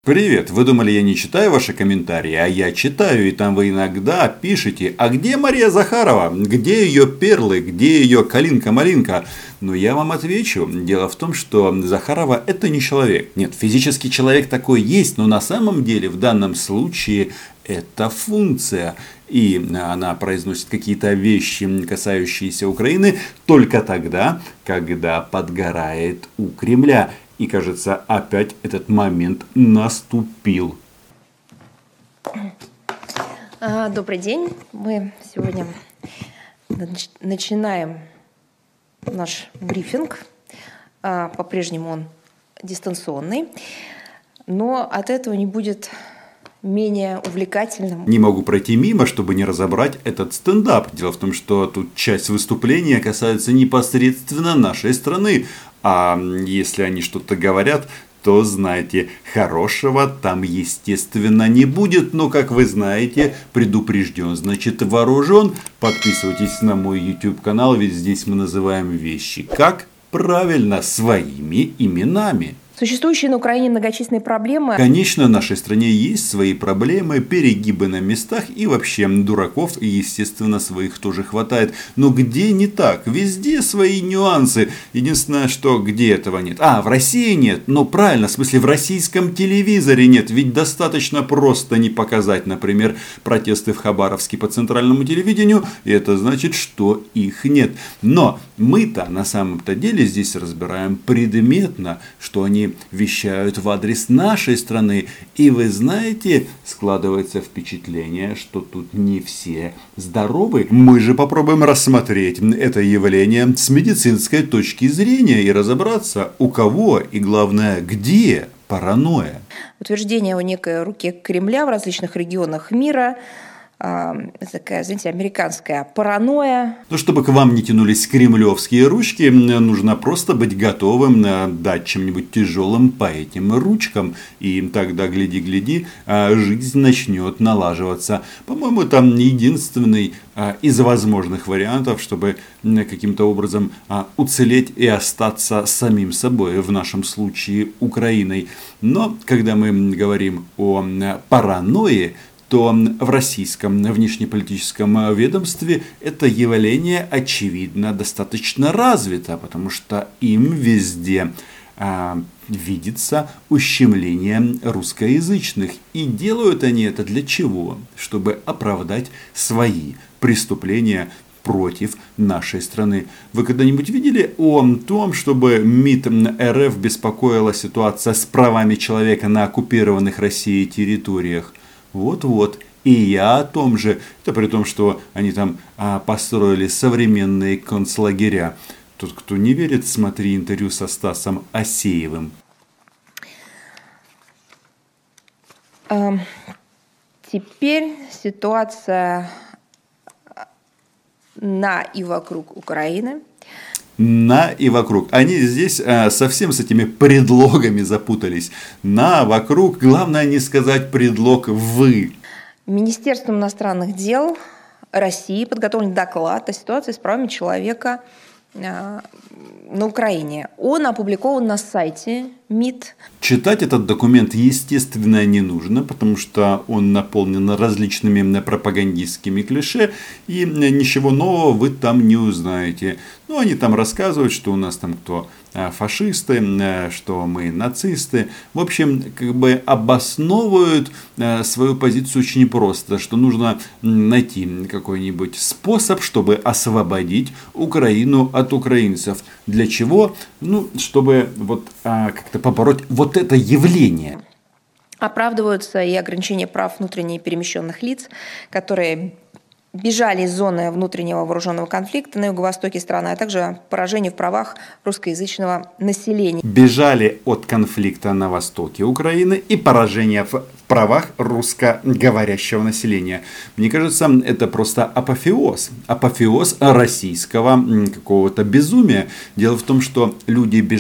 Привет, вы думали, я не читаю ваши комментарии, а я читаю, и там вы иногда пишете: а где Мария Захарова, где ее перлы, где ее калинка-малинка? Но я вам отвечу, дело в том, что Захарова это не человек. Нет, физический человек такой есть, но на самом деле в данном случае это функция. И она произносит какие-то вещи, касающиеся Украины, только тогда, когда подгорает у Кремля. И, кажется, опять этот момент наступил. Добрый день. Мы сегодня начинаем наш брифинг. По-прежнему он дистанционный. Но от этого не будет менее увлекательным. Не могу пройти мимо, чтобы не разобрать этот стендап. Дело в том, что тут часть выступления касается непосредственно нашей страны. А если они что-то говорят, то знайте, хорошего там, естественно, не будет. Но, как вы знаете, предупрежден, значит вооружен. Подписывайтесь на мой YouTube канал, ведь здесь мы называем вещи как правильно, своими именами. Существующие на Украине многочисленные проблемы. Конечно, в нашей стране есть свои проблемы, перегибы на местах и вообще дураков, естественно, своих тоже хватает. Но где не так? Везде свои нюансы. Единственное, что где этого нет? В России нет. Но правильно, в смысле в российском телевизоре нет. Ведь достаточно просто не показать, например, протесты в Хабаровске по центральному телевидению. И это значит, что их нет. Но мы-то на самом-то деле здесь разбираем предметно, что они вещают в адрес нашей страны. И вы знаете, складывается впечатление, что тут не все здоровы. Мы же попробуем рассмотреть это явление с медицинской точки зрения и разобраться, у кого и, главное, где паранойя. Утверждение о некой руке Кремля в различных регионах мира. Такая, знаете, американская паранойя. Но чтобы к вам не тянулись кремлевские ручки, нужно просто быть готовым дать чем-нибудь тяжелым по этим ручкам. И тогда, гляди-гляди, жизнь начнет налаживаться. По-моему, это единственный из возможных вариантов, чтобы каким-то образом уцелеть и остаться самим собой, в нашем случае Украиной. Но когда мы говорим о паранойи, то в российском внешнеполитическом ведомстве это явление, очевидно, достаточно развито, потому что им везде видится ущемление русскоязычных. И делают они это для чего? Чтобы оправдать свои преступления против нашей страны. Вы когда-нибудь видели о том, чтобы МИД РФ беспокоила ситуация с правами человека на оккупированных Россией территориях? Вот-вот. И я о том же. Это при том, что они там построили современные концлагеря. Тот, кто не верит, смотри интервью со Стасом Асеевым. Теперь ситуация на и вокруг Украины. На и вокруг. Они здесь совсем с этими предлогами запутались. На, вокруг. Главное не сказать предлог «вы». Министерством иностранных дел России подготовлен доклад о ситуации с правами человека на Украине. Он опубликован на сайте МИД. Читать этот документ, естественно, не нужно, потому что он наполнен различными пропагандистскими клише, и ничего нового вы там не узнаете. Ну, они там рассказывают, что у нас там кто фашисты, что мы нацисты. В общем, как бы обосновывают свою позицию очень просто, что нужно найти какой-нибудь способ, чтобы освободить Украину от украинцев. Для чего? Ну, чтобы вот как-то побороть вот это явление. Оправдываются и ограничения прав внутренне перемещенных лиц, которые бежали из зоны внутреннего вооруженного конфликта на юго-востоке страны, а также поражение в правах русскоязычного населения. Бежали от конфликта на востоке Украины и поражение в правах русскоговорящего населения. Мне кажется, это просто апофеоз. Апофеоз российского какого-то безумия. Дело в том, что люди бежали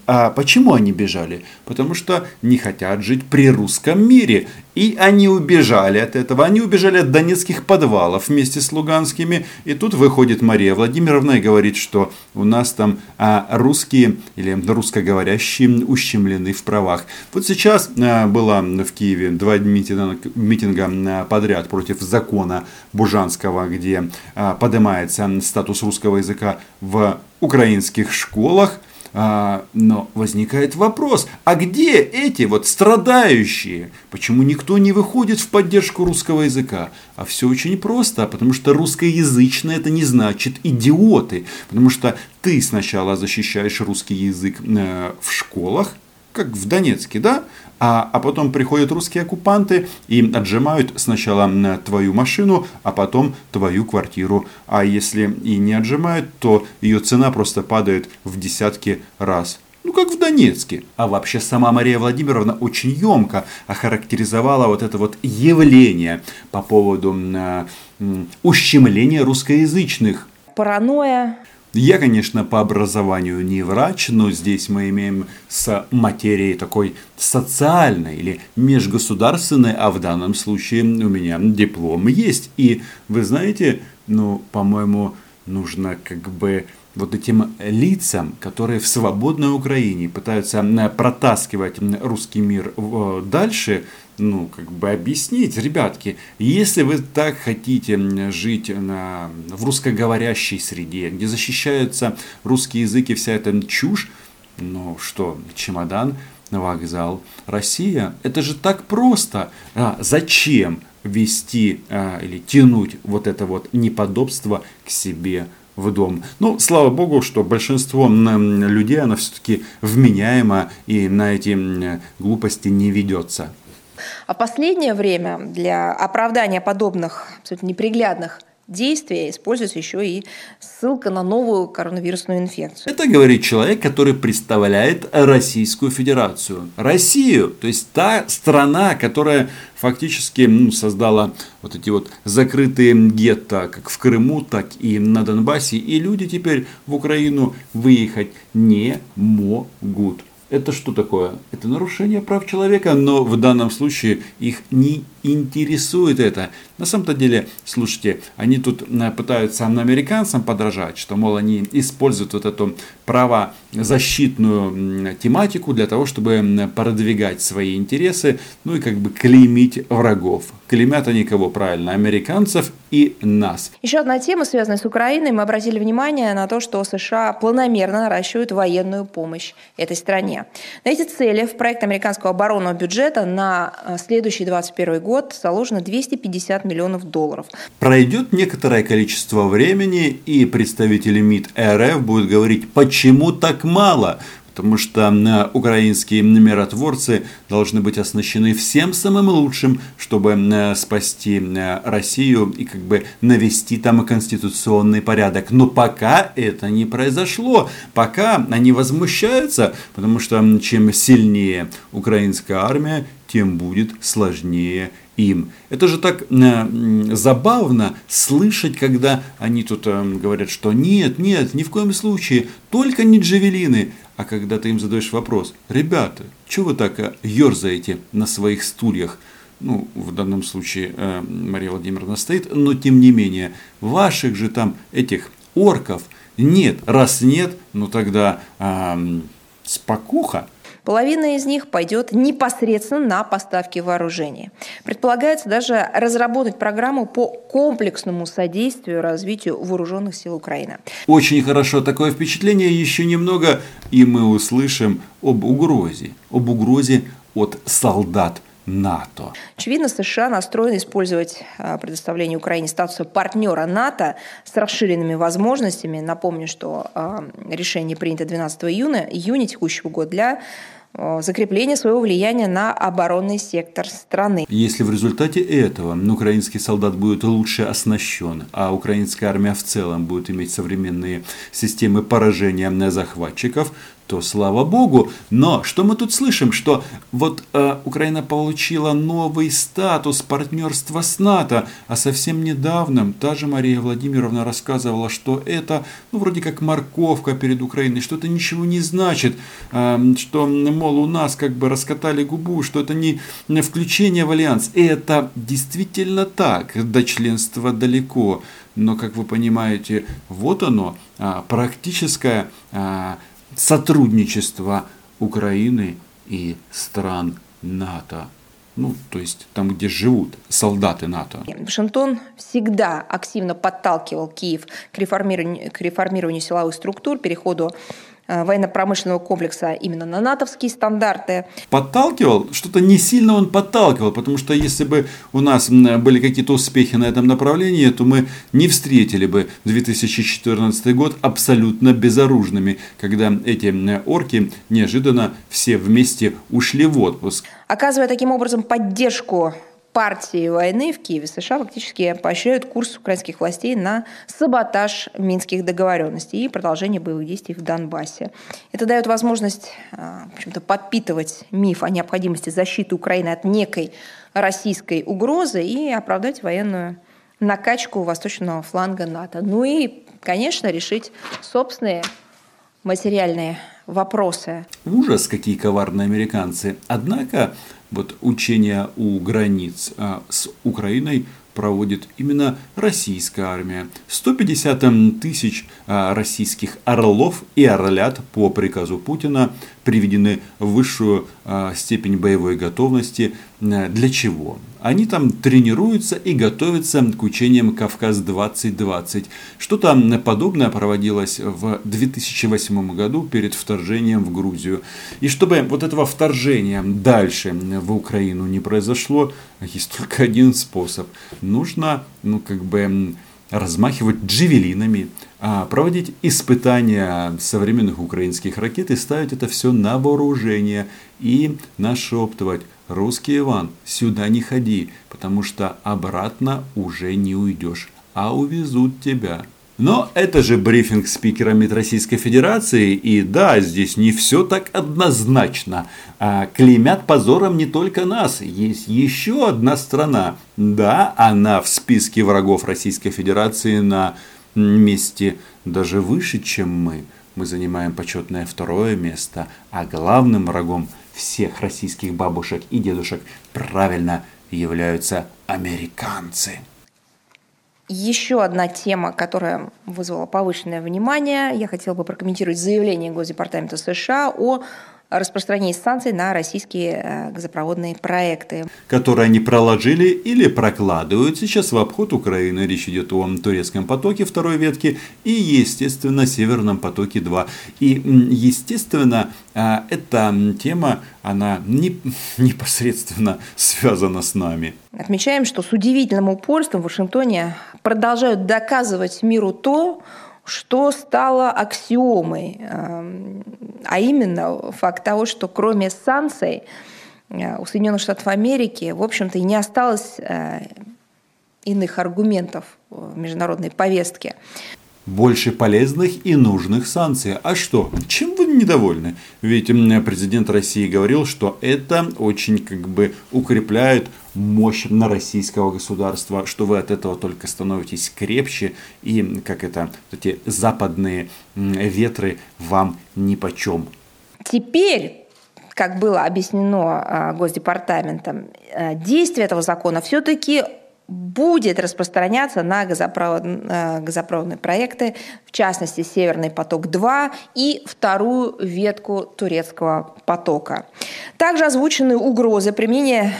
А почему они бежали? Потому что не хотят жить при русском мире. И они убежали от этого. Они убежали от донецких подвалов вместе с луганскими. И тут выходит Мария Владимировна и говорит, что у нас там русские или русскоговорящие ущемлены в правах. Вот сейчас было в Киеве 2 митинга подряд против закона Бужанского, где поднимается статус русского языка в украинских школах. Но возникает вопрос, а где эти вот страдающие? Почему никто не выходит в поддержку русского языка? А все очень просто, потому что русскоязычные это не значит идиоты. Потому что ты сначала защищаешь русский язык в школах, как в Донецке, да? А потом приходят русские оккупанты и отжимают сначала твою машину, а потом твою квартиру. А если и не отжимают, то ее цена просто падает в десятки раз. Ну, как в Донецке. А вообще сама Мария Владимировна очень емко охарактеризовала вот это вот явление по поводу ущемления русскоязычных. Паранойя. Я, конечно, по образованию не врач, но здесь мы имеем с материей такой социальной или межгосударственной, а в данном случае у меня диплом есть. И вы знаете, по-моему, нужно вот этим лицам, которые в свободной Украине пытаются протаскивать русский мир дальше, объяснить, ребятки, если вы так хотите жить в русскоговорящей среде, где защищаются русский язык и вся эта чушь, чемодан, вокзал, Россия, это же так просто. Зачем вести или тянуть вот это вот неподобство к себе в дом? Слава богу, что большинство людей, оно все-таки вменяемо и на эти глупости не ведется. А в последнее время для оправдания подобных абсолютно неприглядных действий используется еще и ссылка на новую коронавирусную инфекцию. Это говорит человек, который представляет Российскую Федерацию. Россию, то есть та страна, которая фактически создала вот эти вот закрытые гетто, как в Крыму, так и на Донбассе. И люди теперь в Украину выехать не могут. Это что такое? Это нарушение прав человека, но в данном случае их не интересует это. На самом-то деле, слушайте, они тут пытаются американцам подражать, что, мол, они используют вот эту правозащитную тематику для того, чтобы продвигать свои интересы, и клеймить врагов. Клеймят они кого правильно? Американцев и нас. Еще одна тема, связанная с Украиной. Мы обратили внимание на то, что США планомерно наращивают военную помощь этой стране. На эти цели в проект американского оборонного бюджета на следующий 2021 год заложено $250 миллионов. Пройдет некоторое количество времени, и представители МИД РФ будут говорить, почему так мало. Потому что украинские миротворцы должны быть оснащены всем самым лучшим, чтобы спасти Россию и навести там конституционный порядок. Но пока это не произошло, пока они возмущаются, потому что чем сильнее украинская армия, тем будет сложнее им. Это же так забавно слышать, когда они тут говорят, что нет, ни в коем случае, только не джавелины. А когда ты им задаешь вопрос, ребята, что вы так ерзаете на своих стульях? В данном случае Мария Владимировна стоит, но тем не менее, ваших же там этих орков нет. Раз нет, тогда спокуха. Половина из них пойдет непосредственно на поставки вооружений. Предполагается даже разработать программу по комплексному содействию развитию вооруженных сил Украины. Очень хорошо. Такое впечатление. Еще немного, и мы услышим об угрозе от солдат НАТО. Очевидно, США настроены использовать предоставление Украине статуса партнера НАТО с расширенными возможностями. Напомню, что решение принято 12 июня текущего года для закрепления своего влияния на оборонный сектор страны. Если в результате этого украинский солдат будет лучше оснащен, а украинская армия в целом будет иметь современные системы поражения захватчиков, то слава богу. Но что мы тут слышим? Что вот Украина получила новый статус партнерства с НАТО, а совсем недавно та же Мария Владимировна рассказывала, что это вроде как морковка перед Украиной, что это ничего не значит, что, мол, у нас как бы раскатали губу, что это не включение в альянс. И это действительно так, до членства далеко. Но, как вы понимаете, вот оно, практическое сотрудничество Украины и стран НАТО. То есть там, где живут солдаты НАТО. Вашингтон всегда активно подталкивал Киев к реформированию силовых структур, переходу военно-промышленного комплекса именно на натовские стандарты. Подталкивал? Что-то не сильно он подталкивал, потому что если бы у нас были какие-то успехи на этом направлении, то мы не встретили бы 2014 год абсолютно безоружными, когда эти орки неожиданно все вместе ушли в отпуск. Оказывая таким образом поддержку партии войны в Киеве, США фактически поощряют курс украинских властей на саботаж минских договоренностей и продолжение боевых действий в Донбассе. Это дает возможность, в общем-то, подпитывать миф о необходимости защиты Украины от некой российской угрозы и оправдать военную накачку восточного фланга НАТО. И, конечно, решить собственные материальные вопросы. Ужас, какие коварные американцы. Однако вот учения у границ с Украиной проводит именно российская армия. 150 тысяч российских орлов и орлят по приказу Путина приведены в высшую степень боевой готовности. Для чего? Они там тренируются и готовятся к учениям Кавказ-2020. Что-то подобное проводилось в 2008 году перед вторжением в Грузию. И чтобы вот этого вторжения дальше в Украину не произошло, есть только один способ. Нужно, размахивать джавелинами, проводить испытания современных украинских ракет и ставить это все на вооружение и нашептывать: русский Иван, сюда не ходи, потому что обратно уже не уйдешь, а увезут тебя. Но это же брифинг спикера МИД Российской Федерации, и да, здесь не все так однозначно. Клеймят позором не только нас, есть еще одна страна. Да, она в списке врагов Российской Федерации на месте даже выше, чем мы. Мы занимаем почетное 2-е место, а главным врагом всех российских бабушек и дедушек правильно являются американцы. Еще одна тема, которая вызвала повышенное внимание. Я хотела бы прокомментировать заявление Госдепартамента США о распространении санкций на российские газопроводные проекты, которые они проложили или прокладывают сейчас в обход Украины. Речь идет о турецком потоке 2-й ветки и, естественно, Северном потоке 2. И, естественно, эта тема, она непосредственно связана с нами. Отмечаем, что с удивительным упорством в Вашингтоне продолжают доказывать миру то, что стало аксиомой, а именно факт того, что кроме санкций у Соединенных Штатов Америки, в общем-то, и не осталось иных аргументов в международной повестке. Больше полезных и нужных санкций. А что? Чем вы недовольны? Ведь президент России говорил, что это очень укрепляет мощь на российского государства, что вы от этого только становитесь крепче, и эти западные ветры вам нипочем. Теперь, как было объяснено Госдепартаментом, действие этого закона все-таки будет распространяться на газопроводные проекты, в частности, Северный поток-2 и 2-ю ветку турецкого потока. Также озвучены угрозы применения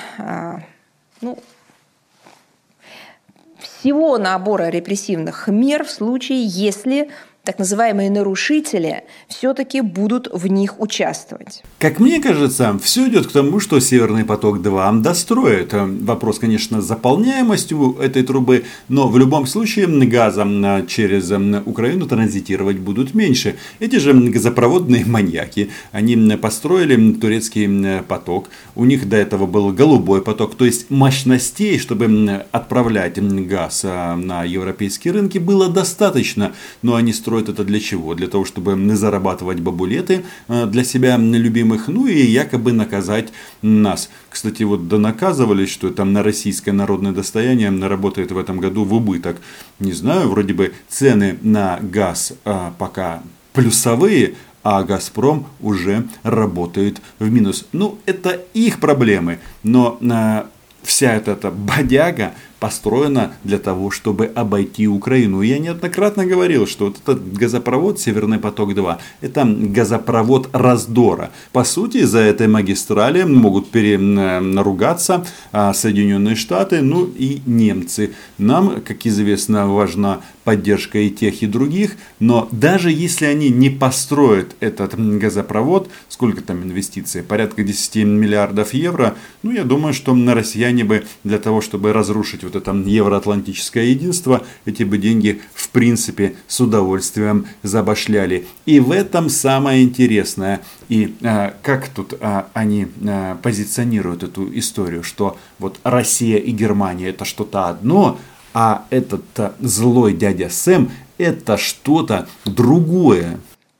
всего набора репрессивных мер в случае, если так называемые нарушители все-таки будут в них участвовать. Как мне кажется, все идет к тому, что Северный поток-2 достроят. Вопрос, конечно, с заполняемостью этой трубы, но в любом случае газом через Украину транзитировать будут меньше. Эти же газопроводные маньяки, они построили турецкий поток, у них до этого был голубой поток, то есть мощностей, чтобы отправлять газ на европейские рынки, было достаточно, но они строили строят это для чего? Для того, чтобы зарабатывать бабулеты для себя любимых, ну и якобы наказать нас. Кстати, вот донаказывали, что это на российское народное достояние работает в этом году в убыток. Не знаю, вроде бы цены на газ пока плюсовые, а «Газпром» уже работает в минус. Ну, это их проблемы, но вся эта бодяга построена для того, чтобы обойти Украину. Я неоднократно говорил, что вот этот газопровод «Северный поток-2» это газопровод раздора. По сути, за этой магистрали могут наругаться Соединенные Штаты, ну и немцы. Нам, как известно, важна поддержка и тех, и других, но даже если они не построят этот газопровод, сколько там инвестиций? Порядка 10 миллиардов евро, ну я думаю, что россияне бы для того, чтобы разрушить вот это евроатлантическое единство, эти бы деньги в принципе с удовольствием забашляли. И в этом самое интересное. И как тут они позиционируют эту историю, что вот Россия и Германия это что-то одно, а этот злой дядя Сэм это что-то другое.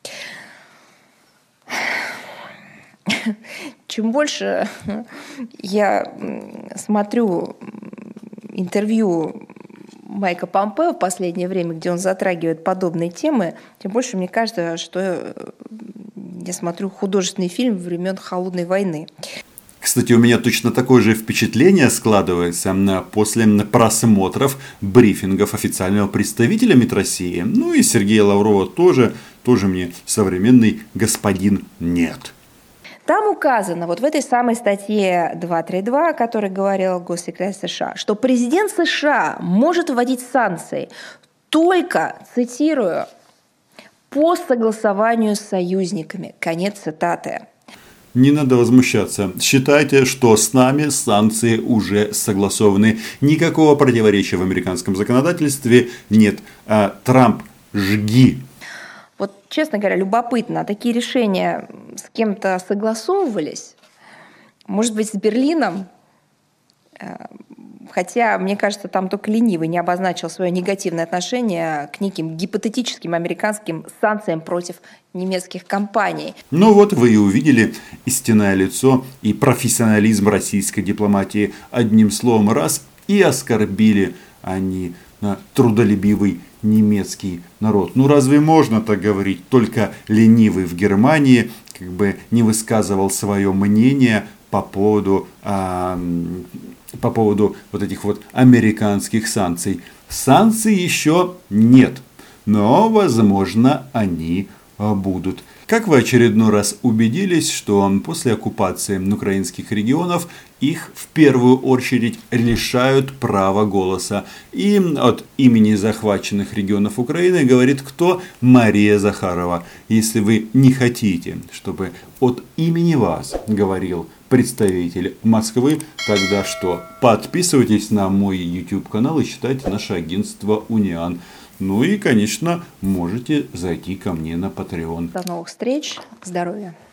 Чем больше я смотрю интервью Майка Помпео в последнее время, где он затрагивает подобные темы, тем больше мне кажется, что я смотрю художественный фильм времен Холодной войны. Кстати, у меня точно такое же впечатление складывается после просмотров брифингов официального представителя МИД России. Ну и Сергея Лаврова тоже мне современный господин нет. Там указано, вот в этой самой статье 232, о которой говорил госсекретарь США, что президент США может вводить санкции только, цитирую, по согласованию с союзниками. Конец цитаты. Не надо возмущаться. Считайте, что с нами санкции уже согласованы. Никакого противоречия в американском законодательстве нет. Трамп, жги. Вот, честно говоря, любопытно, а такие решения с кем-то согласовывались? Может быть, с Берлином? Хотя, мне кажется, там только ленивый не обозначил свое негативное отношение к неким гипотетическим американским санкциям против немецких компаний. Ну вот вы и увидели истинное лицо и профессионализм российской дипломатии. Одним словом, раз и оскорбили они трудолюбивый немецкий народ. Ну разве можно так говорить? Только ленивый в Германии как бы не высказывал свое мнение по поводу вот этих вот американских санкций. Санкций еще нет, но, возможно, они будут. Как вы очередной раз убедились, что после оккупации украинских регионов их в первую очередь лишают права голоса. И от имени захваченных регионов Украины говорит кто? Мария Захарова. Если вы не хотите, чтобы от имени вас говорил представитель Москвы, тогда что? Подписывайтесь на мой YouTube канал и читайте наше агентство Униан. Ну и, конечно, можете зайти ко мне на Patreon. До новых встреч. Здоровья.